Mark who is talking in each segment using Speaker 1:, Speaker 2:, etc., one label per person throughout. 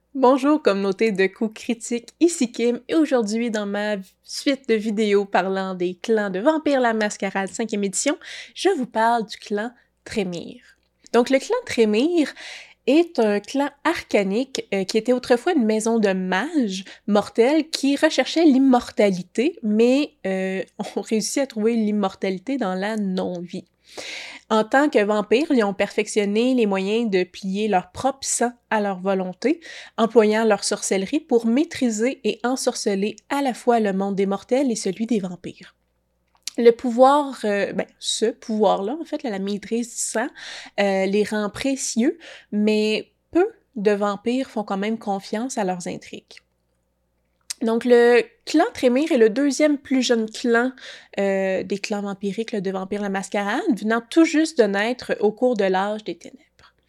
Speaker 1: Bonjour communauté de coups critiques, ici Kim et aujourd'hui dans ma suite de vidéos parlant des clans de Vampire la Mascarade 5e édition, je vous parle du clan Trémyr. Donc le clan Trémyr est un clan arcanique qui était autrefois une maison de mages mortels qui recherchaient l'immortalité, mais ont réussi à trouver l'immortalité dans la non-vie. En tant que vampires, ils ont perfectionné les moyens de plier leur propre sang à leur volonté, employant leur sorcellerie pour maîtriser et ensorceler à la fois le monde des mortels et celui des vampires. Le pouvoir, ce pouvoir-là, en fait, la maîtrise du sang, les rend précieux, mais peu de vampires font quand même confiance à leurs intrigues. Donc, le clan Trémyr est le deuxième plus jeune clan des clans vampiriques de Vampire la Mascarade, venant tout juste de naître au cours de l'âge des ténèbres.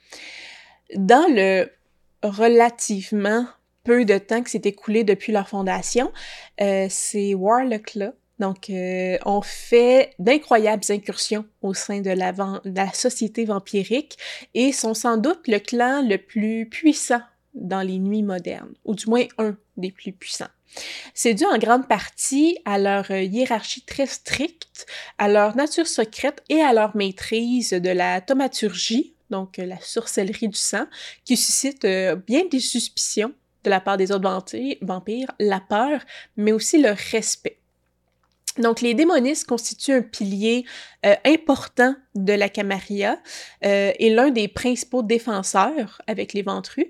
Speaker 1: Dans le relativement peu de temps qui s'est écoulé depuis leur fondation, ces Warlocks-là ont fait d'incroyables incursions au sein de la société vampirique et sont sans doute le clan le plus puissant dans les nuits modernes, ou du moins un des plus puissants. C'est dû en grande partie à leur hiérarchie très stricte, à leur nature secrète et à leur maîtrise de la thaumaturgie, donc la sorcellerie du sang, qui suscite bien des suspicions de la part des autres vampires, la peur, mais aussi le respect. Donc, les démonistes constituent un pilier important de la Camarilla et l'un des principaux défenseurs avec les ventrus.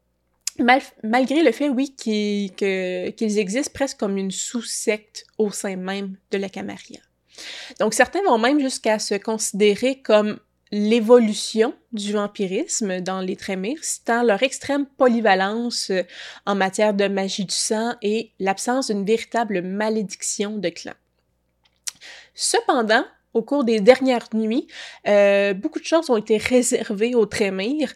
Speaker 1: Malgré le fait, oui, qu'ils existent presque comme une sous-secte au sein même de la Camarilla. Donc, certains vont même jusqu'à se considérer comme l'évolution du vampirisme dans les Trémyr, citant leur extrême polyvalence en matière de magie du sang et l'absence d'une véritable malédiction de clan. Cependant, au cours des dernières nuits, beaucoup de choses ont été réservées aux Trémyr,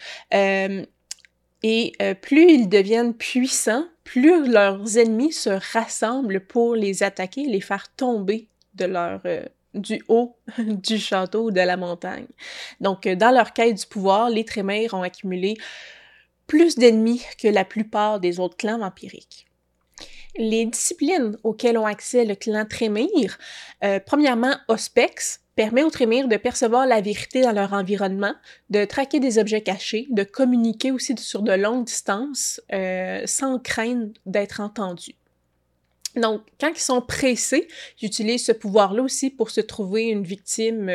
Speaker 1: et plus ils deviennent puissants, plus leurs ennemis se rassemblent pour les attaquer, les faire tomber de du haut du château ou de la montagne. Donc, dans leur quête du pouvoir, les Trémyr ont accumulé plus d'ennemis que la plupart des autres clans vampiriques. Les disciplines auxquelles ont accès le clan Trémyr, premièrement, Auspex, permet aux Trémyr de percevoir la vérité dans leur environnement, de traquer des objets cachés, de communiquer aussi sur de longues distances sans craindre d'être entendus. Donc, quand ils sont pressés, ils utilisent ce pouvoir-là aussi pour se trouver une victime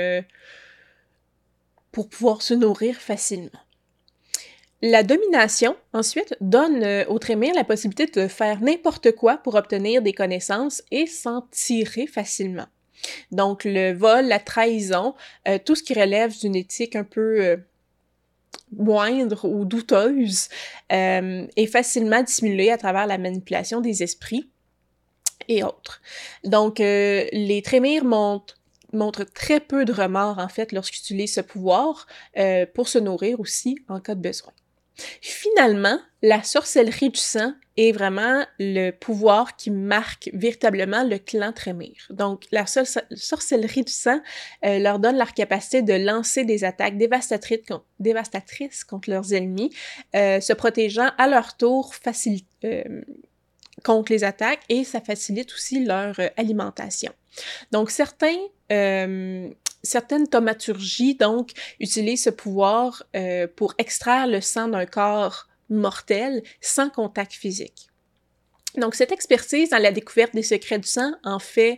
Speaker 1: pour pouvoir se nourrir facilement. La domination, ensuite, donne aux Trémyr la possibilité de faire n'importe quoi pour obtenir des connaissances et s'en tirer facilement. Donc, le vol, la trahison, tout ce qui relève d'une éthique un peu moindre ou douteuse est facilement dissimulé à travers la manipulation des esprits et autres. Donc, les Trémyr montrent très peu de remords, en fait, lorsqu'ils utilisent ce pouvoir pour se nourrir aussi en cas de besoin. Finalement, la sorcellerie du sang est vraiment le pouvoir qui marque véritablement le clan Trémyr. Donc, la sorcellerie du sang leur donne leur capacité de lancer des attaques dévastatrices contre leurs ennemis, se protégeant à leur tour contre les attaques et ça facilite aussi leur alimentation. Donc, certaines thaumaturgies, donc, utilisent ce pouvoir pour extraire le sang d'un corps mortel sans contact physique. Donc, cette expertise dans la découverte des secrets du sang en fait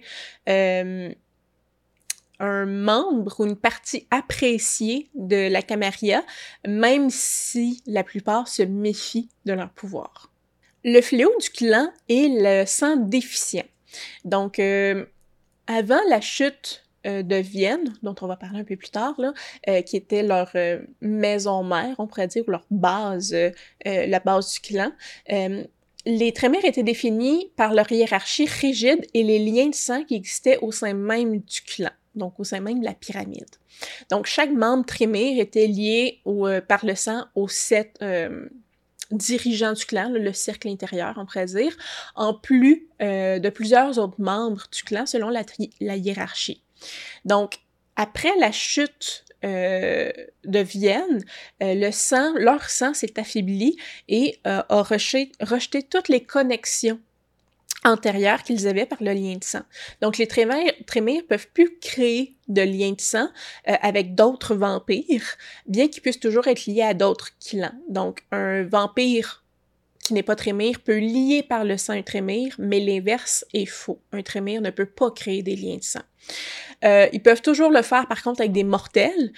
Speaker 1: un membre ou une partie appréciée de la Camarilla, même si la plupart se méfient de leur pouvoir. Le fléau du clan est le sang déficient. Donc, avant la chute de Vienne, dont on va parler un peu plus tard, là, qui était leur maison mère, on pourrait dire, ou leur base, la base du clan, les Trémyr étaient définis par leur hiérarchie rigide et les liens de sang qui existaient au sein même du clan, donc au sein même de la pyramide. Donc, chaque membre Trémyr était lié par le sang aux 7 dirigeants du clan, le cercle intérieur, on pourrait dire, en plus de plusieurs autres membres du clan selon la hiérarchie. Donc, après la chute deviennent, leur sang s'est affaibli et a rejeté toutes les connexions antérieures qu'ils avaient par le lien de sang. Donc, les trémères peuvent plus créer de lien de sang avec d'autres vampires, bien qu'ils puissent toujours être liés à d'autres clans. Donc, un vampire qui n'est pas trémère peut lier par le sang un trémère, mais l'inverse est faux. Un trémère ne peut pas créer des liens de sang. Ils peuvent toujours le faire, par contre, avec des mortels,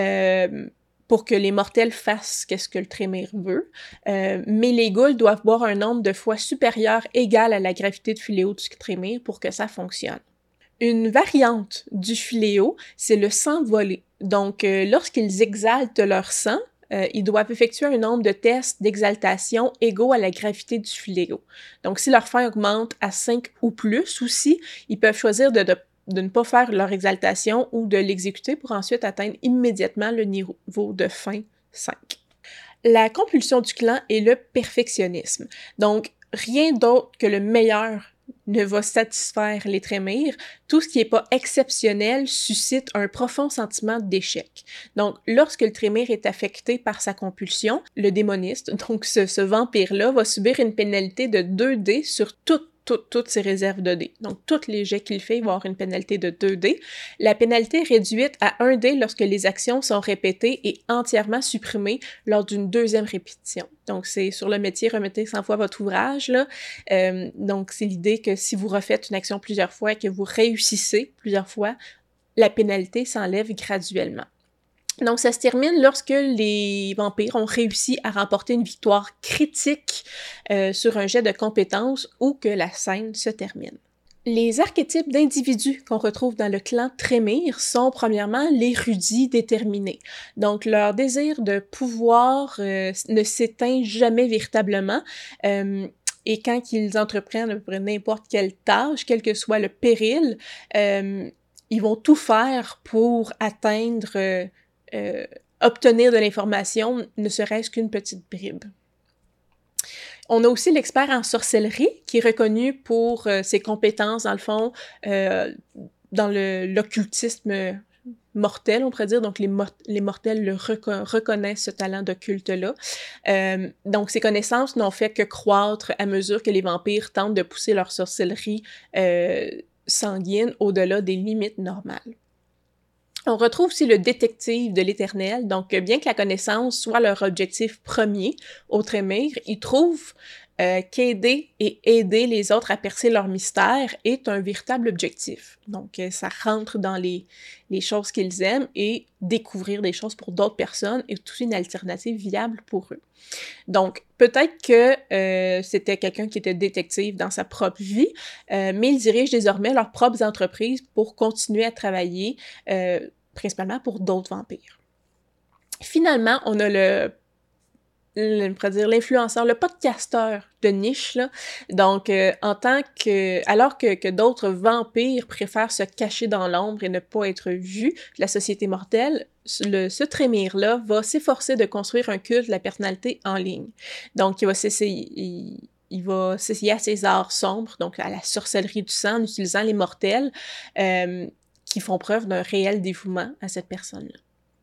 Speaker 1: pour que les mortels fassent ce que le trémère veut. Mais les ghouls doivent boire un nombre de fois supérieur égal à la gravité de fléau du trémère pour que ça fonctionne. Une variante du fléau, c'est le sang volé. Donc, lorsqu'ils exaltent leur sang, ils doivent effectuer un nombre de tests d'exaltation égaux à la gravité du fléau. Donc, si leur faim augmente à 5 ou plus, aussi, ils peuvent choisir de ne pas faire leur exaltation ou de l'exécuter pour ensuite atteindre immédiatement le niveau de faim 5. La compulsion du clan est le perfectionnisme. Donc, rien d'autre que le meilleur ne va satisfaire les trémères. Tout ce qui n'est pas exceptionnel suscite un profond sentiment d'échec. Donc, lorsque le trémère est affecté par sa compulsion, le démoniste, donc ce vampire-là, va subir une pénalité de 2 dés sur toutes ses réserves de dés. Donc, tous les jets qu'il fait, il va avoir une pénalité de 2 dés. La pénalité est réduite à 1 dé lorsque les actions sont répétées et entièrement supprimées lors d'une deuxième répétition. Donc, c'est sur le métier, remettez 100 fois votre ouvrage, là. Donc, c'est l'idée que si vous refaites une action plusieurs fois et que vous réussissez plusieurs fois, la pénalité s'enlève graduellement. Donc, ça se termine lorsque les vampires ont réussi à remporter une victoire critique sur un jet de compétences ou que la scène se termine. Les archétypes d'individus qu'on retrouve dans le clan Trémère sont premièrement l'érudit déterminé. Donc, leur désir de pouvoir ne s'éteint jamais véritablement. Et quand ils entreprennent n'importe quelle tâche, quel que soit le péril, ils vont tout faire pour atteindre... obtenir de l'information, ne serait-ce qu'une petite bribe. On a aussi l'expert en sorcellerie, qui est reconnu pour ses compétences, dans le fond, dans l'occultisme mortel, on pourrait dire. Donc, les mortels reconnaissent ce talent d'occulte-là. Donc, ses connaissances n'ont fait que croître à mesure que les vampires tentent de pousser leur sorcellerie sanguine au-delà des limites normales. On retrouve aussi le détective de l'Éternel, donc bien que la connaissance soit leur objectif premier au trémère, ils trouvent qu'aider et aider les autres à percer leur mystère est un véritable objectif. Donc ça rentre dans les choses qu'ils aiment et découvrir des choses pour d'autres personnes est aussi une alternative viable pour eux. Donc peut-être que c'était quelqu'un qui était détective dans sa propre vie, mais ils dirigent désormais leurs propres entreprises pour continuer à travailler principalement pour d'autres vampires. Finalement, on a l'influenceur, le podcasteur de niche, là. Donc, alors que d'autres vampires préfèrent se cacher dans l'ombre et ne pas être vus de la société mortelle, ce trémère-là va s'efforcer de construire un culte de la personnalité en ligne. Donc, il va s'essayer à ses arts sombres, donc à la sorcellerie du sang, en utilisant les mortels qui font preuve d'un réel dévouement à cette personne-là.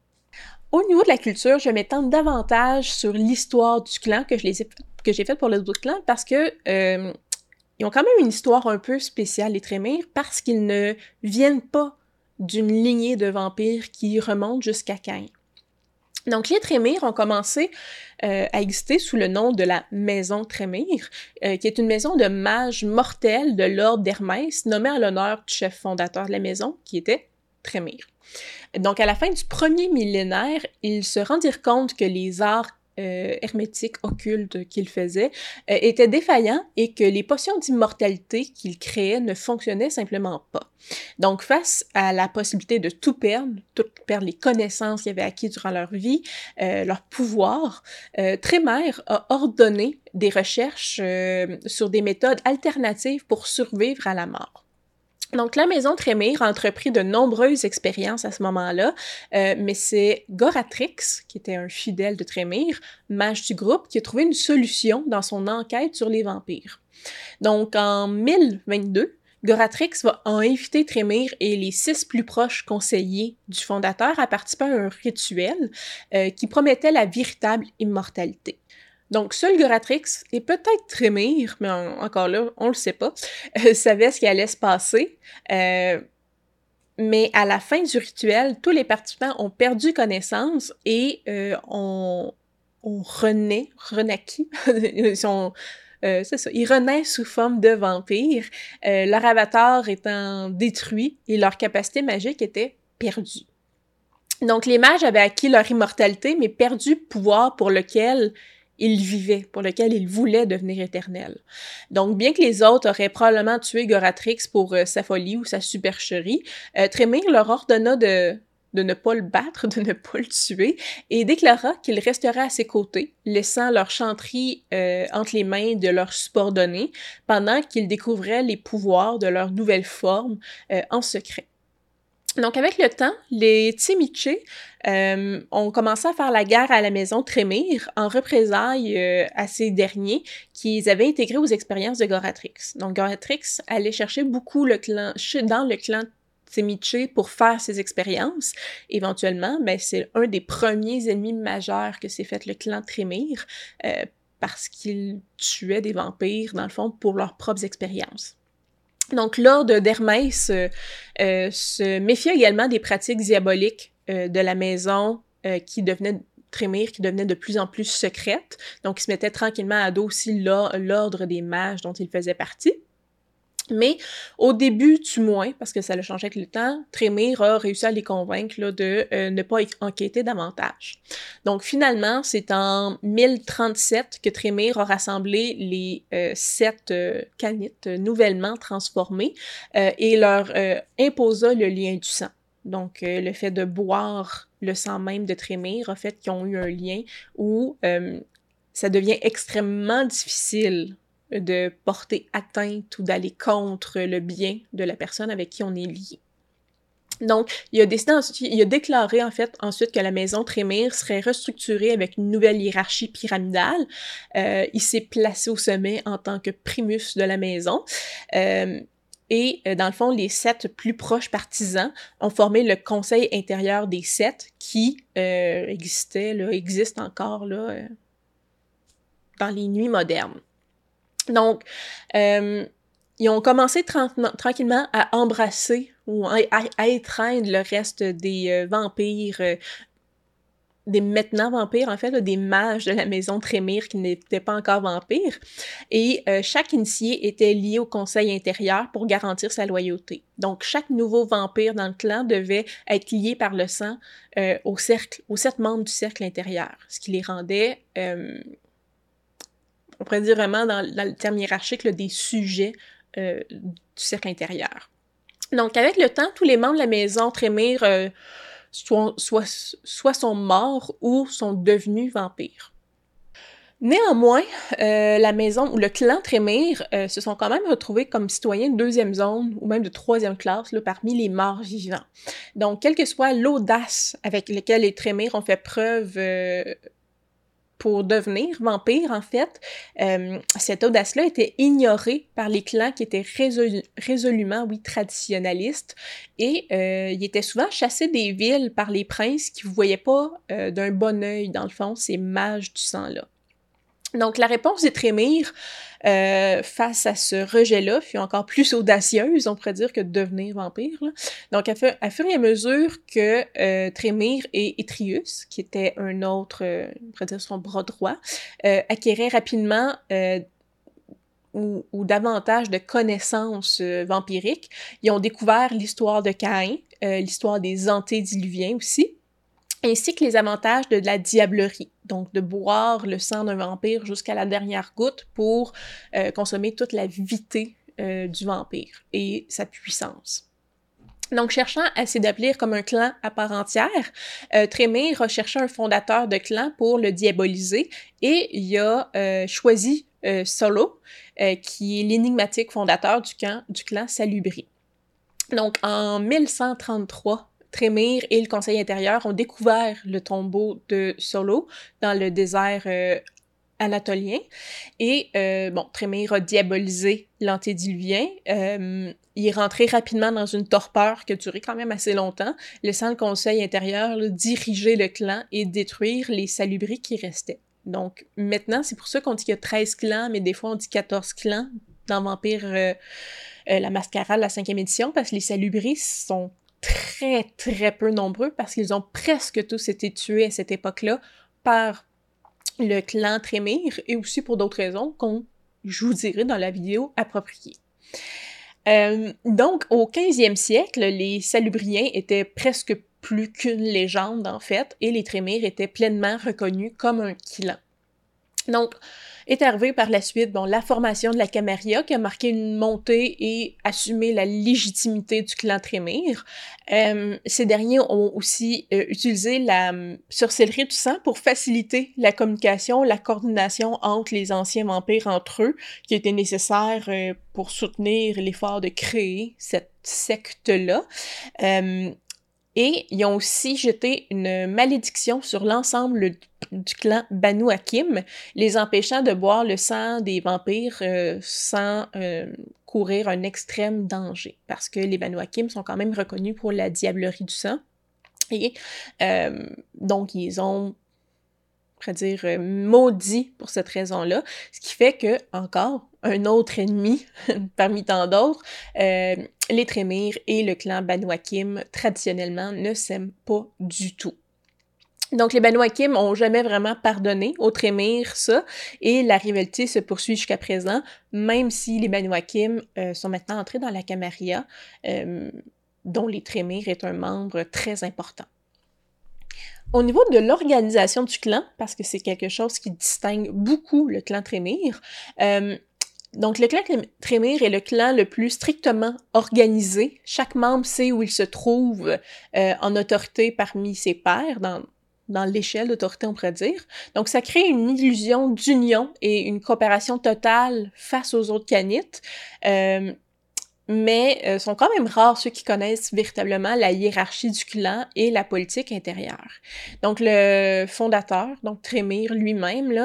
Speaker 1: Au niveau de la culture, je m'étends davantage sur l'histoire du clan que j'ai faite pour les autres clans parce que ils ont quand même une histoire un peu spéciale, les trémères, parce qu'ils ne viennent pas d'une lignée de vampires qui remonte jusqu'à Caïn. Donc, les trémères ont commencé à exister sous le nom de la Maison Trémère, qui est une maison de mages mortels de l'ordre d'Hermès, nommée en l'honneur du chef fondateur de la maison, qui était Trémère. Donc, à la fin du premier millénaire, ils se rendirent compte que les arts hermétiques occultes qu'ils faisaient étaient défaillants et que les potions d'immortalité qu'ils créaient ne fonctionnaient simplement pas. Donc, face à la possibilité de tout perdre les connaissances qu'ils avaient acquises durant leur vie, leur pouvoir, Trémère a ordonné des recherches sur des méthodes alternatives pour survivre à la mort. Donc, la maison Trémère a entrepris de nombreuses expériences à ce moment-là, mais c'est Goratrix, qui était un fidèle de Trémère, mage du groupe, qui a trouvé une solution dans son enquête sur les vampires. Donc, en 1022, Goratrix va inviter Trémyr et les 6 plus proches conseillers du fondateur à participer à un rituel qui promettait la véritable immortalité. Donc, seul Goratrix et peut-être Trémyr, mais encore là, on le sait pas, savaient ce qui allait se passer. Mais à la fin du rituel, tous les participants ont perdu connaissance et on renaquit. C'est ça, ils renaissent sous forme de vampires, leur avatar étant détruit et leur capacité magique était perdue. Donc les mages avaient acquis leur immortalité, mais perdu pouvoir pour lequel ils vivaient, pour lequel ils voulaient devenir éternels. Donc, bien que les autres auraient probablement tué Goratrix pour sa folie ou sa supercherie, Trémyr leur ordonna de ne pas le battre, de ne pas le tuer, et déclara qu'il resterait à ses côtés, laissant leur chanterie entre les mains de leurs subordonnés, pendant qu'ils découvraient les pouvoirs de leur nouvelle forme en secret. Donc, avec le temps, les Tzimitché ont commencé à faire la guerre à la maison Trémyr en représailles à ces derniers qu'ils avaient intégrés aux expériences de Goratrix. Donc, Goratrix allait chercher beaucoup dans le clan Tzimitché pour faire ses expériences. Éventuellement, ben, c'est un des premiers ennemis majeurs que s'est fait le clan Trémyr parce qu'il tuait des vampires, dans le fond, pour leurs propres expériences. Donc, l'ordre d'Hermès se méfiait également des pratiques diaboliques de la maison Trémyr, qui devenait de plus en plus secrète. Donc, il se mettait tranquillement à dos aussi l'ordre des mages dont il faisait partie. Mais au début, du moins, parce que ça a changé avec le temps, Trémyr a réussi à les convaincre là, de ne pas enquêter davantage. Donc finalement, c'est en 1037 que Trémyr a rassemblé les 7 Canites nouvellement transformés et leur imposa le lien du sang. Donc le fait de boire le sang même de Trémyr a fait qu'ils ont eu un lien où ça devient extrêmement difficile de porter atteinte ou d'aller contre le bien de la personne avec qui on est lié. Donc, il a déclaré en fait ensuite que la maison Trémyr serait restructurée avec une nouvelle hiérarchie pyramidale. Il s'est placé au sommet en tant que primus de la maison. Et dans le fond, les 7 plus proches partisans ont formé le conseil intérieur des 7 qui existe encore là, dans les nuits modernes. Donc, ils ont commencé tranquillement à embrasser ou à étreindre le reste des vampires, des maintenant vampires, en fait, là, des mages de la maison Trémyr qui n'étaient pas encore vampires. Et chaque initié était lié au conseil intérieur pour garantir sa loyauté. Donc, chaque nouveau vampire dans le clan devait être lié par le sang aux 7 membres du cercle intérieur, ce qui les rendait... on pourrait dire vraiment dans le terme hiérarchique, là, des sujets du cercle intérieur. Donc, avec le temps, tous les membres de la maison Trémyr soit sont morts ou sont devenus vampires. Néanmoins, la maison ou le clan Trémyr se sont quand même retrouvés comme citoyens de 2e zone ou même de 3e classe là, parmi les morts vivants. Donc, quelle que soit l'audace avec laquelle les Trémyr ont fait preuve pour devenir vampire, en fait, cette audace-là était ignorée par les clans qui étaient résolument, traditionnalistes, et ils étaient souvent chassés des villes par les princes qui ne voyaient pas d'un bon œil, dans le fond, ces mages du sang-là. Donc, la réponse des Trémyr face à ce rejet-là fut encore plus audacieuse, on pourrait dire, que de devenir vampire, là. Donc, à fur et à mesure que Trémyr et Étrius, qui était un autre, on pourrait dire son bras droit, acquéraient rapidement ou davantage de connaissances vampiriques, ils ont découvert l'histoire de Caïn, l'histoire des antédiluviens aussi, ainsi que les avantages de la diablerie, donc de boire le sang d'un vampire jusqu'à la dernière goutte pour consommer toute la vitée du vampire et sa puissance. Donc, cherchant à s'établir comme un clan à part entière, Trémyr a cherché un fondateur de clan pour le diaboliser et il a choisi Solo, qui est l'énigmatique fondateur du clan Salubri. Donc, en 1133, Trémyr et le conseil intérieur ont découvert le tombeau de Solo dans le désert anatolien. Et bon, Trémyre a diabolisé l'antédiluvien. Il est rentré rapidement dans une torpeur qui a duré quand même assez longtemps, laissant le conseil intérieur là, diriger le clan et détruire les salubris qui restaient. Donc maintenant, c'est pour ça qu'on dit qu'il y a 13 clans, mais des fois on dit 14 clans dans Vampire la Mascarade, la 5e édition, parce que les salubris sont très, très peu nombreux, parce qu'ils ont presque tous été tués à cette époque-là par le clan Trémyre, et aussi pour d'autres raisons je vous dirai dans la vidéo appropriée. Donc, au 15e siècle, les Salubriens étaient presque plus qu'une légende, en fait, et les Trémyres étaient pleinement reconnus comme un clan. Donc, est arrivé par la suite, bon, la formation de la Camarilla qui a marqué une montée et assumé la légitimité du clan Trémyre. Ces derniers ont aussi utilisé la sorcellerie du sang pour faciliter la communication, la coordination entre les anciens vampires entre eux, qui était nécessaire pour soutenir l'effort de créer cette secte-là. Et ils ont aussi jeté une malédiction sur l'ensemble du clan Banu Hakim, les empêchant de boire le sang des vampires sans courir un extrême danger. Parce que les Banu Hakim sont quand même reconnus pour la diablerie du sang. Et donc, ils ont, maudit pour cette raison-là. Ce qui fait que, encore, un autre ennemi, parmi tant d'autres, les Trémyres et le clan Banu Hakim, traditionnellement, ne s'aiment pas du tout. Donc, les Banu Hakim ont jamais vraiment pardonné aux Trémyres ça, et la rivalité se poursuit jusqu'à présent, même si les Banu Hakim sont maintenant entrés dans la Camarilla, dont les Trémyres est un membre très important. Au niveau de l'organisation du clan, parce que c'est quelque chose qui distingue beaucoup le clan Trémyre, donc le clan Trémyre est le clan le plus strictement organisé. Chaque membre sait où il se trouve en autorité parmi ses pairs, dans l'échelle d'autorité, on pourrait dire. Donc, ça crée une illusion d'union et une coopération totale face aux autres canites. Mais sont quand même rares ceux qui connaissent véritablement la hiérarchie du clan et la politique intérieure. Donc, le fondateur, donc Trémyre lui-même, là,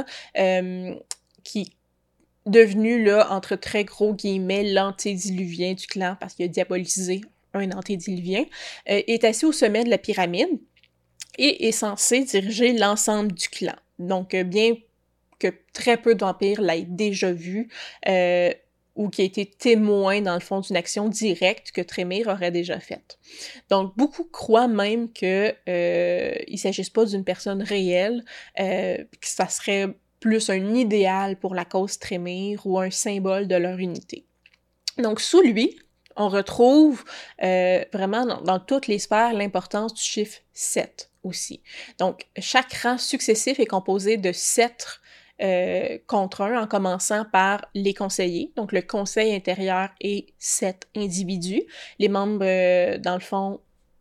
Speaker 1: qui devenu, là, entre très gros guillemets, l'antédiluvien du clan, parce qu'il a diabolisé un antédiluvien, est assis au sommet de la pyramide et est censé diriger l'ensemble du clan. Donc, bien que très peu de vampires l'aient déjà vu, ou qui a été témoin, dans le fond, d'une action directe que Trémyre aurait déjà faite. Donc, beaucoup croient même que il s'agisse pas d'une personne réelle, que ça serait plus un idéal pour la cause Trémyre ou un symbole de leur unité. Donc, sous lui, on retrouve vraiment dans toutes les sphères l'importance du chiffre 7 aussi. Donc, chaque rang successif est composé de 7 contre 1, en commençant par les conseillers. Donc, le conseil intérieur et 7 individus. Les membres, dans le fond,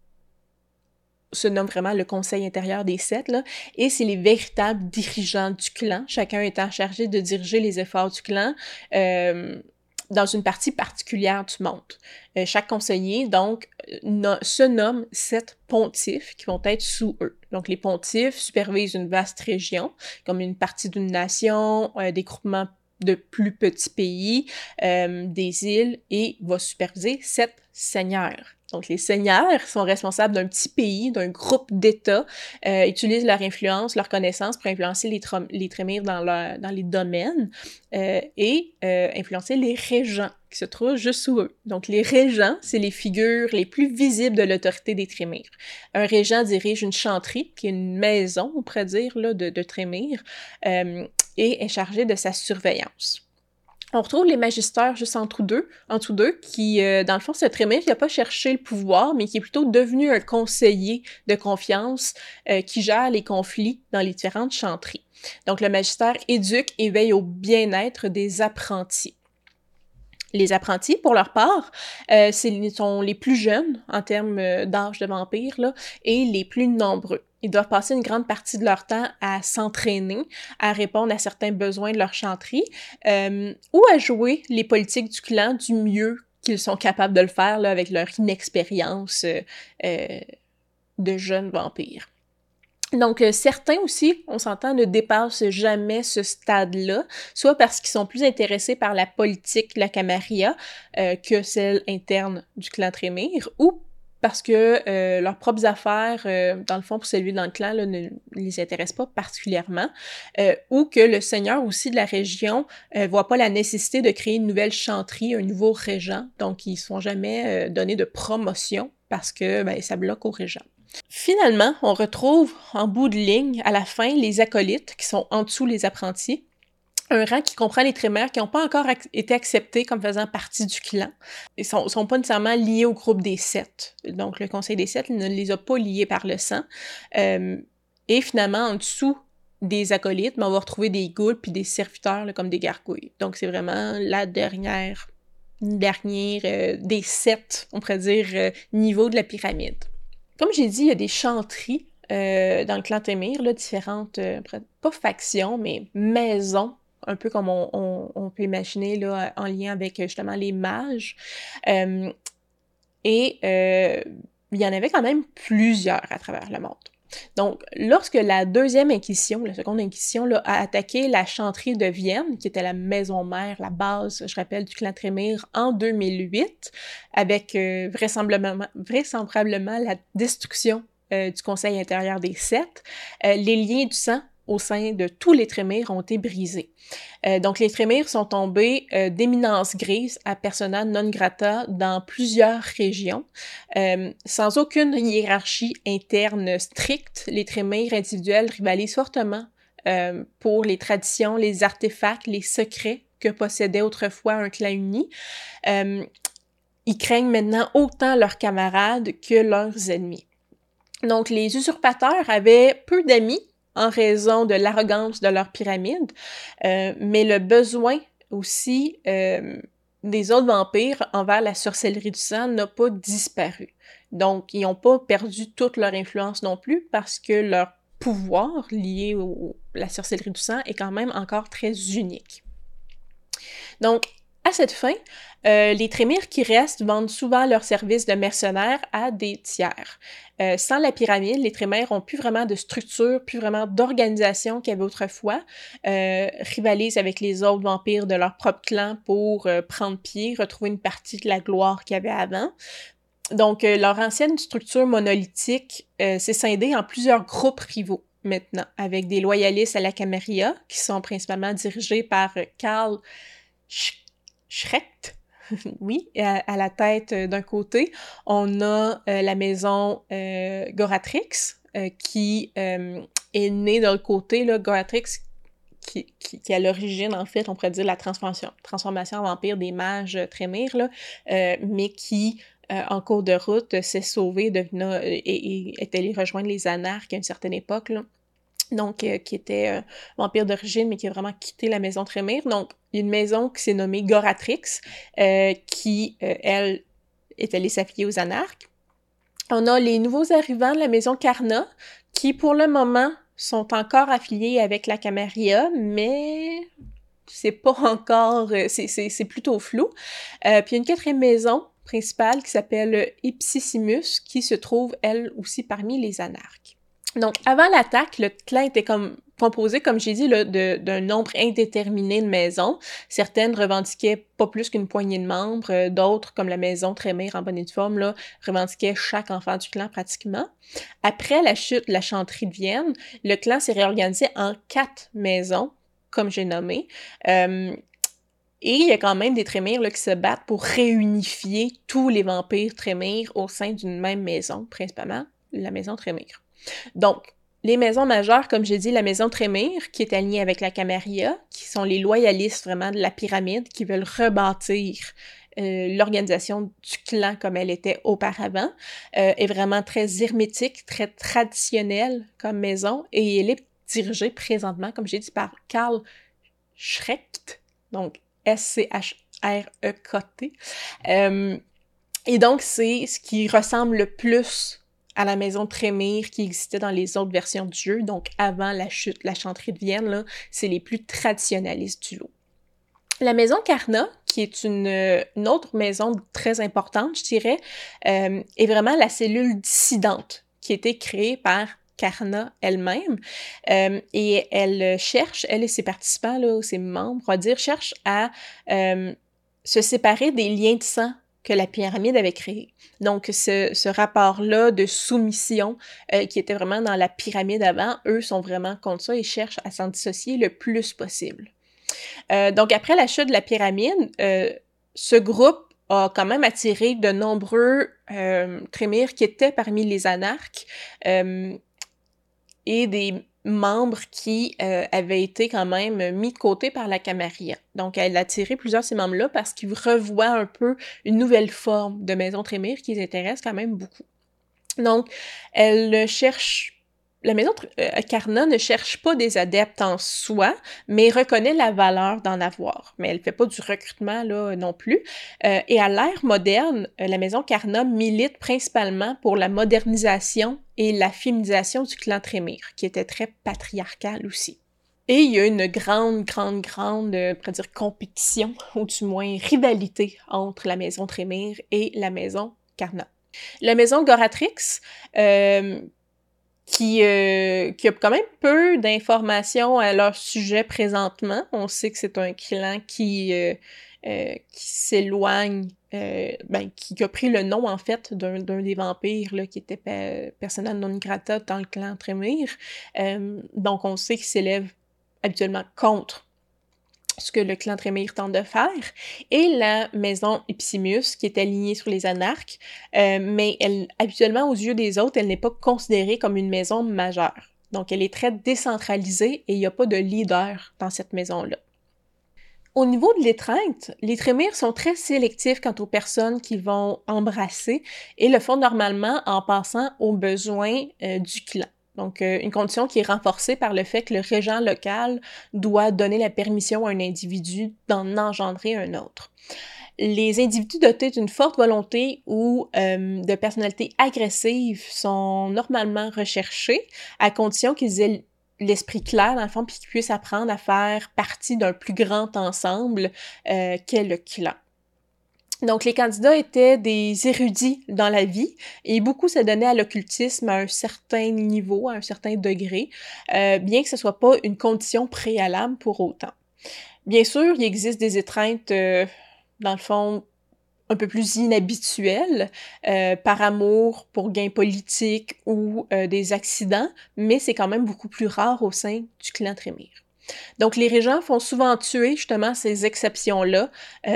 Speaker 1: se nomme vraiment le conseil intérieur des 7, là, et c'est les véritables dirigeants du clan, chacun étant chargé de diriger les efforts du clan dans une partie particulière du monde. Chaque conseiller, donc, se nomme 7 pontifes qui vont être sous eux. Donc, les pontifes supervisent une vaste région, comme une partie d'une nation, des groupements de plus petits pays, des îles, et va superviser 7 seigneurs. Donc, les seigneurs sont responsables d'un petit pays, d'un groupe d'États, utilisent leur influence, leur connaissance pour influencer les Trémyres dans les domaines et influencer les régents qui se trouvent juste sous eux. Donc, les régents, c'est les figures les plus visibles de l'autorité des Trémyres. Un régent dirige une chantry, qui est une maison, on pourrait dire, là, de Trémyre, et est chargé de sa surveillance. On retrouve les magistères juste en dessous d'eux, qui, dans le fond, c'est Trémyre qui n'a pas cherché le pouvoir, mais qui est plutôt devenu un conseiller de confiance qui gère les conflits dans les différentes chantries. Donc, le magistère éduque et veille au bien-être des apprentis. Les apprentis, pour leur part, sont les plus jeunes en termes d'âge de vampire, là, et les plus nombreux. Ils doivent passer une grande partie de leur temps à s'entraîner, à répondre à certains besoins de leur chantry, ou à jouer les politiques du clan du mieux qu'ils sont capables de le faire là, avec leur inexpérience de jeunes vampires. Donc, certains aussi, on s'entend, ne dépassent jamais ce stade-là, soit parce qu'ils sont plus intéressés par la politique de la Camarilla que celle interne du clan Trémire, ou parce que leurs propres affaires, dans le fond, pour celui dans le clan, là, ne les intéressent pas particulièrement, ou que le seigneur aussi de la région voit pas la nécessité de créer une nouvelle chanterie, un nouveau régent, donc ils ne se font jamais donner de promotion parce que ça bloque au régent. Finalement, on retrouve en bout de ligne, à la fin, les acolytes, qui sont en dessous les apprentis, un rang qui comprend les Trémères qui n'ont pas encore été acceptés comme faisant partie du clan. Ils sont pas nécessairement liés au groupe des Sept. Donc, le Conseil des Sept ne les a pas liés par le sang. Et finalement, en dessous des acolytes, on va retrouver des ghouls puis des serviteurs là, comme des gargouilles. Donc, c'est vraiment la dernière des 7, on pourrait dire, niveaux de la pyramide. Comme j'ai dit, il y a des chanteries dans le clan Trémire, là, différentes, pas factions, mais maisons, un peu comme on peut imaginer là, en lien avec justement les mages. Il y en avait quand même plusieurs à travers le monde. Donc, lorsque la deuxième Inquisition, la seconde Inquisition, là, a attaqué la chanterie de Vienne, qui était la maison mère, la base, je rappelle, du clan Trémire, en 2008, avec vraisemblablement la destruction du Conseil intérieur des Sept, les liens du sang au sein de tous les Trémires ont été brisés. Donc, les Trémires sont tombés d'éminence grise à persona non grata dans plusieurs régions. Sans aucune hiérarchie interne stricte, les Trémires individuels rivalisent fortement pour les traditions, les artefacts, les secrets que possédait autrefois un clan uni. Ils craignent maintenant autant leurs camarades que leurs ennemis. Donc, les usurpateurs avaient peu d'amis en raison de l'arrogance de leur pyramide, mais le besoin aussi des autres vampires envers la sorcellerie du sang n'a pas disparu. Donc, ils n'ont pas perdu toute leur influence non plus parce que leur pouvoir lié à la sorcellerie du sang est quand même encore très unique. Donc, à cette fin, les Trémires qui restent vendent souvent leurs services de mercenaires à des tiers. Sans la pyramide, les Trémères n'ont plus vraiment de structure, plus vraiment d'organisation qu'il y avait autrefois, rivalisent avec les autres vampires de leur propre clan pour prendre pied, retrouver une partie de la gloire qu'il y avait avant. Donc, leur ancienne structure monolithique s'est scindée en plusieurs groupes rivaux maintenant, avec des loyalistes à la Camarilla, qui sont principalement dirigés par Karl Schrecht, oui, à la tête d'un côté. On a la maison Goratrix, qui est née de l'autre côté, là, Goratrix, qui à l'origine, en fait, on pourrait dire la transformation en vampire des mages Trémire, là, mais qui, en cours de route, s'est sauvée et est allée rejoindre les Anarques à une certaine époque, là. Donc, qui était vampire d'origine, mais qui a vraiment quitté la maison Trémire. Donc, il y a une maison qui s'est nommée Goratrix, qui, elle, est allée s'affilier aux Anarques. On a les nouveaux arrivants de la maison Carna, qui, pour le moment, sont encore affiliés avec la Camarilla, mais c'est pas encore... c'est plutôt flou. Puis, il y a une quatrième maison principale qui s'appelle Ipsissimus, qui se trouve, elle aussi, parmi les Anarques. Donc, avant l'attaque, le clan était composé, comme j'ai dit, d'un nombre indéterminé de maisons. Certaines revendiquaient pas plus qu'une poignée de membres, d'autres, comme la maison Trémire en bonne et due forme, là, revendiquaient chaque enfant du clan pratiquement. Après la chute de la chanterie de Vienne, le clan s'est réorganisé en 4 maisons, comme j'ai nommé. Et il y a quand même des Trémires là, qui se battent pour réunifier tous les vampires Trémire au sein d'une même maison, principalement la maison Trémire. Donc, les maisons majeures, comme j'ai dit, la maison Trémire, qui est alignée avec la Camarilla, qui sont les loyalistes vraiment de la pyramide, qui veulent rebâtir l'organisation du clan comme elle était auparavant, est vraiment très hermétique, très traditionnelle comme maison, et elle est dirigée présentement, comme j'ai dit, par Karl Schrecht, donc S-C-H-R-E-K-T. Et donc, c'est ce qui ressemble le plus à la maison Trémire qui existait dans les autres versions du jeu, donc avant la chute, la chanterie de Vienne, là, c'est les plus traditionnalistes du lot. La maison Carna, qui est une autre maison très importante, je dirais, est vraiment la cellule dissidente qui a été créée par Karna elle-même, et elle cherche, elle et ses participants, là, ou ses membres, on va dire, cherchent à se séparer des liens de sang que la pyramide avait créés. Donc, ce rapport-là de soumission qui était vraiment dans la pyramide avant, eux sont vraiment contre ça et cherchent à s'en dissocier le plus possible. Donc, après la chute de la pyramide, ce groupe a quand même attiré de nombreux Trémyres qui étaient parmi les anarques et des membres qui avaient été quand même mis de côté par la Camarilla. Donc, elle a attiré plusieurs de ces membres-là parce qu'ils revoient un peu une nouvelle forme de maison Trémyre qui les intéresse quand même beaucoup. Donc, la maison Karna ne cherche pas des adeptes en soi, mais reconnaît la valeur d'en avoir. Mais elle fait pas du recrutement là non plus. Et à l'ère moderne, la maison Karna milite principalement pour la modernisation et la féminisation du clan Trémyre, qui était très patriarcal aussi. Et il y a une grande, on pourrait dire compétition, ou du moins rivalité, entre la maison Trémyre et la maison Karna. La maison Goratrix, qui a quand même peu d'informations à leur sujet présentement. On sait que c'est un clan qui s'éloigne, qui a pris le nom, en fait, d'un des vampires, là, qui était persona non grata dans le clan Trémyre. Donc, on sait qu'il s'élève habituellement contre ce que le clan Trémyre tente de faire, et la maison Ipsimus, qui est alignée sur les anarques, mais elle, habituellement, aux yeux des autres, elle n'est pas considérée comme une maison majeure. Donc, elle est très décentralisée et il n'y a pas de leader dans cette maison-là. Au niveau de l'étreinte, les Trémyres sont très sélectifs quant aux personnes qu'ils vont embrasser et le font normalement en passant aux besoins du clan. Donc, une condition qui est renforcée par le fait que le régent local doit donner la permission à un individu d'en engendrer un autre. Les individus dotés d'une forte volonté ou de personnalité agressive sont normalement recherchés à condition qu'ils aient l'esprit clair, dans le fond, puis qu'ils puissent apprendre à faire partie d'un plus grand ensemble qu'est le clan. Donc, les candidats étaient des érudits dans la vie et beaucoup se donnaient à l'occultisme à un certain niveau, à un certain degré, bien que ce soit pas une condition préalable pour autant. Bien sûr, il existe des étreintes, dans le fond, un peu plus inhabituelles, par amour, pour gain politique ou des accidents, mais c'est quand même beaucoup plus rare au sein du clan Trémyre. Donc, les régents font souvent tuer justement ces exceptions-là.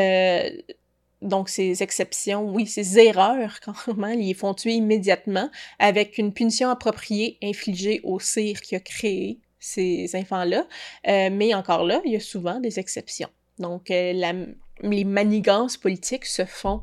Speaker 1: Donc, ces exceptions, oui, ces erreurs, carrément, ils les font tuer immédiatement avec une punition appropriée infligée au sire qui a créé ces enfants-là. Mais encore là, il y a souvent des exceptions. Donc, les manigances politiques se font,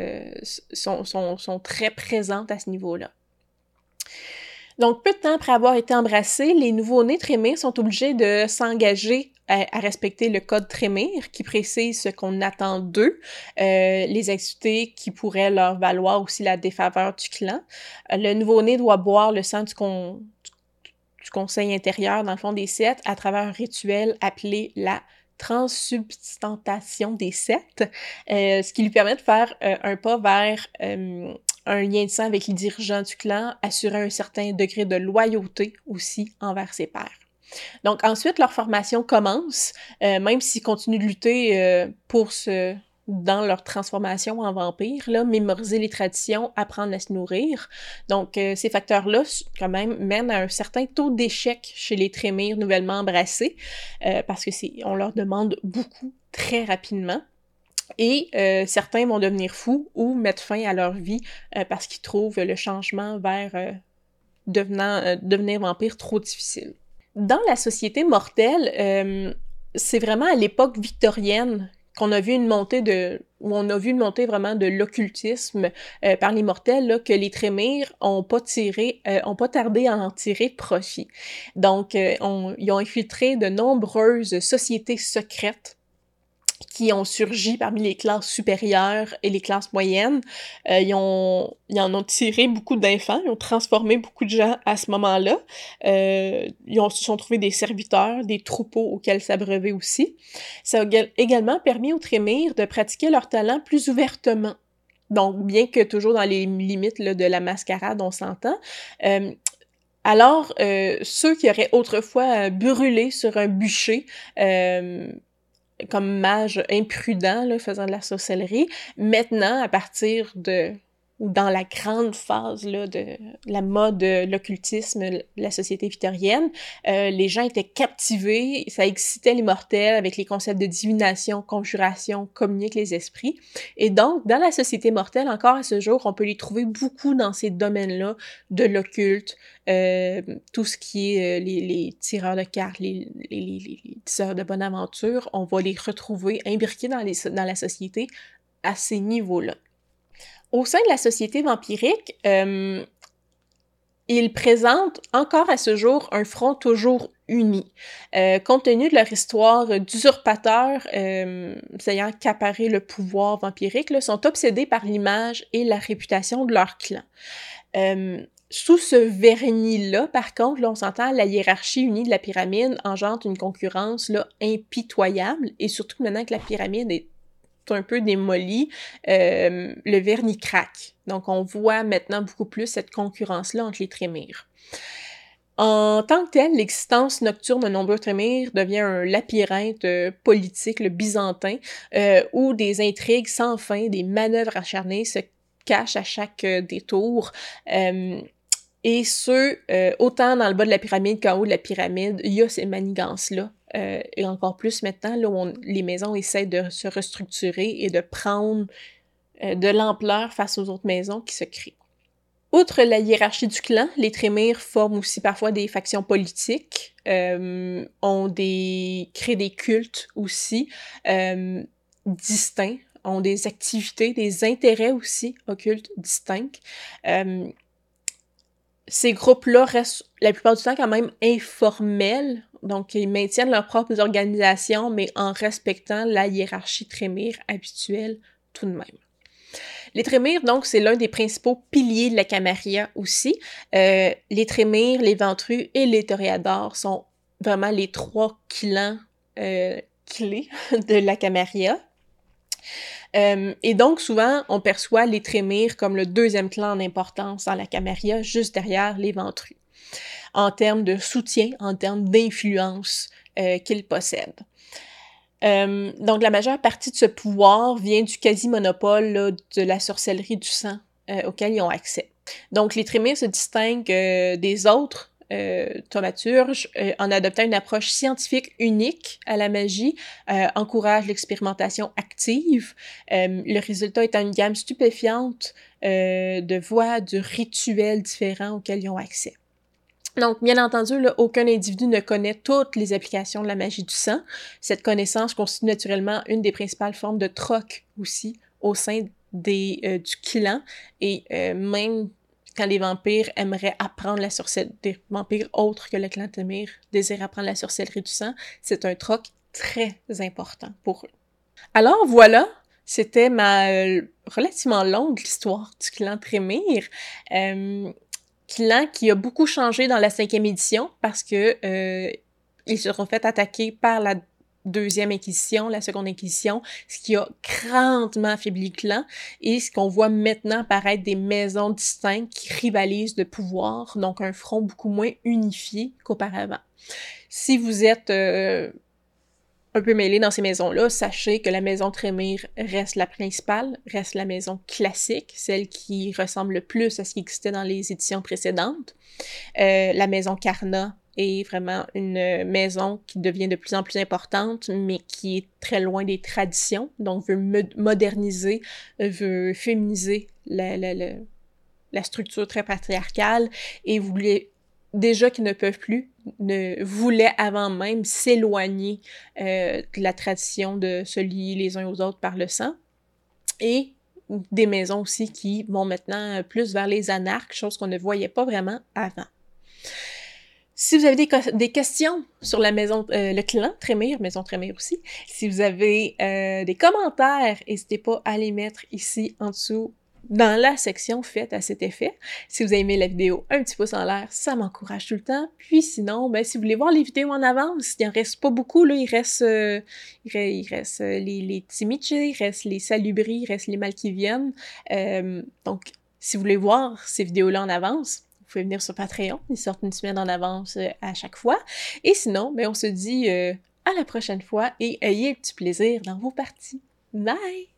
Speaker 1: sont très présentes à ce niveau-là. Donc, peu de temps après avoir été embrassés, les nouveau-nés Trémyre sont obligés de s'engager à respecter le code Trémyre qui précise ce qu'on attend d'eux, les activités qui pourraient leur valoir aussi la défaveur du clan. Le nouveau-né doit boire le sang du conseil intérieur, dans le fond des sept, à travers un rituel appelé la transsubstantation des sept, ce qui lui permet de faire un pas vers un lien de sang avec les dirigeants du clan, assurer un certain degré de loyauté aussi envers ses pairs. Donc ensuite, leur formation commence, même s'ils continuent de lutter dans leur transformation en vampire, là, mémoriser les traditions, apprendre à se nourrir. Donc, ces facteurs-là, quand même, mènent à un certain taux d'échec chez les Trémyres nouvellement embrassés, parce que on leur demande beaucoup très rapidement. Et certains vont devenir fous ou mettre fin à leur vie parce qu'ils trouvent le changement vers devenir vampire trop difficile. Dans la société mortelle, c'est vraiment à l'époque victorienne qu'on a vu une montée vraiment de l'occultisme par les mortels, là, que les Trémyres ont pas tardé à en tirer profit. Donc, ils ont infiltré de nombreuses sociétés secrètes qui ont surgi parmi les classes supérieures et les classes moyennes. Ils en ont tiré beaucoup d'enfants, ils ont transformé beaucoup de gens à ce moment-là. Ils se sont trouvés des serviteurs, des troupeaux auxquels s'abreuver aussi. Ça a également permis aux Trémyres de pratiquer leur talent plus ouvertement. Donc, bien que toujours dans les limites là, de la mascarade, on s'entend, Alors, ceux qui auraient autrefois brûlé sur un bûcher, comme mage imprudent, là, faisant de la sorcellerie, maintenant, à partir de ou dans la grande phase là, de la mode, l'occultisme, la société victorienne, les gens étaient captivés, ça excitait les mortels avec les concepts de divination, conjuration, communier avec les esprits. Et donc, dans la société mortelle, encore à ce jour, on peut les trouver beaucoup dans ces domaines-là de l'occulte, tout ce qui est les tireurs de cartes, les tisseurs de bonne aventure, on va les retrouver imbriqués dans la société à ces niveaux-là. Au sein de la société vampirique, ils présentent encore à ce jour un front toujours uni. Compte tenu de leur histoire d'usurpateurs ayant accaparé le pouvoir vampirique, là, sont obsédés par l'image et la réputation de leur clan. Sous ce vernis-là, par contre, là, on s'entend, la hiérarchie unie de la pyramide engendre une concurrence là, impitoyable, et surtout maintenant que la pyramide est un peu démolie, le vernis craque. Donc, on voit maintenant beaucoup plus cette concurrence-là entre les trémires. En tant que tel, l'existence nocturne de nombreux trémires devient un labyrinthe politique, le byzantin, où des intrigues sans fin, des manœuvres acharnées se cachent à chaque détour. Et autant dans le bas de la pyramide qu'en haut de la pyramide, il y a ces manigances-là. Et encore plus maintenant, là où les maisons essaient de se restructurer et de prendre de l'ampleur face aux autres maisons qui se créent. Outre la hiérarchie du clan, les trémires forment aussi parfois des factions politiques, créent des cultes aussi distincts, ont des activités, des intérêts aussi occultes distincts. Ces groupes-là restent la plupart du temps quand même informels, donc ils maintiennent leurs propres organisations, mais en respectant la hiérarchie trémire habituelle tout de même. Les trémires, donc, c'est l'un des principaux piliers de la Camarilla aussi. Les trémires, les ventrus et les toréadors sont vraiment les 3 clans clés de la Camarilla. Et donc, souvent, on perçoit les trémires comme le 2e clan en importance dans la Camarilla, juste derrière les ventrus, en termes de soutien, en termes d'influence qu'ils possèdent. Donc, la majeure partie de ce pouvoir vient du quasi-monopole là, de la sorcellerie du sang auquel ils ont accès. Donc, les trémires se distinguent des autres thaumaturges en adoptant une approche scientifique unique à la magie, encourage l'expérimentation active, le résultat étant une gamme stupéfiante de voies, de rituels différents auxquels ils ont accès. Donc, bien entendu, là, aucun individu ne connaît toutes les applications de la magie du sang. Cette connaissance constitue naturellement une des principales formes de troc aussi au sein du clan, et même quand les vampires aimeraient apprendre la sorcellerie, des vampires autres que le clan Trémire désirent apprendre la sorcellerie du sang, c'est un troc très important pour eux. Alors voilà, c'était ma relativement longue histoire du clan Trémire. Clan qui a beaucoup changé dans la 5e édition parce que ils se sont fait attaquer par la 2e Inquisition, la 2e Inquisition, ce qui a grandement affaibli le clan, et ce qu'on voit maintenant apparaître des maisons distinctes qui rivalisent de pouvoir, donc un front beaucoup moins unifié qu'auparavant. Si vous êtes un peu mêlé dans ces maisons-là, sachez que la maison Trémire reste la principale, reste la maison classique, celle qui ressemble le plus à ce qui existait dans les éditions précédentes. La maison Carna est vraiment une maison qui devient de plus en plus importante, mais qui est très loin des traditions, donc veut moderniser, veut féminiser la structure très patriarcale, et voulait déjà qu'ils ne peuvent plus, voulaient avant même s'éloigner de la tradition de se lier les uns aux autres par le sang. Et des maisons aussi qui vont maintenant plus vers les anarques, chose qu'on ne voyait pas vraiment avant. Si vous avez des questions sur la maison, le clan Trémire, maison Trémire aussi, si vous avez des commentaires, n'hésitez pas à les mettre ici en dessous dans la section faite à cet effet. Si vous avez aimé la vidéo, un petit pouce en l'air, ça m'encourage tout le temps. Puis sinon, ben, si vous voulez voir les vidéos en avance, il en reste pas beaucoup, là, il reste les Timiche, il reste les Salubris, il reste les Malkiviennes. Donc, si vous voulez voir ces vidéos-là en avance, vous pouvez venir sur Patreon, ils sortent une semaine en avance à chaque fois. Et sinon, on se dit à la prochaine fois et ayez du plaisir dans vos parties. Bye!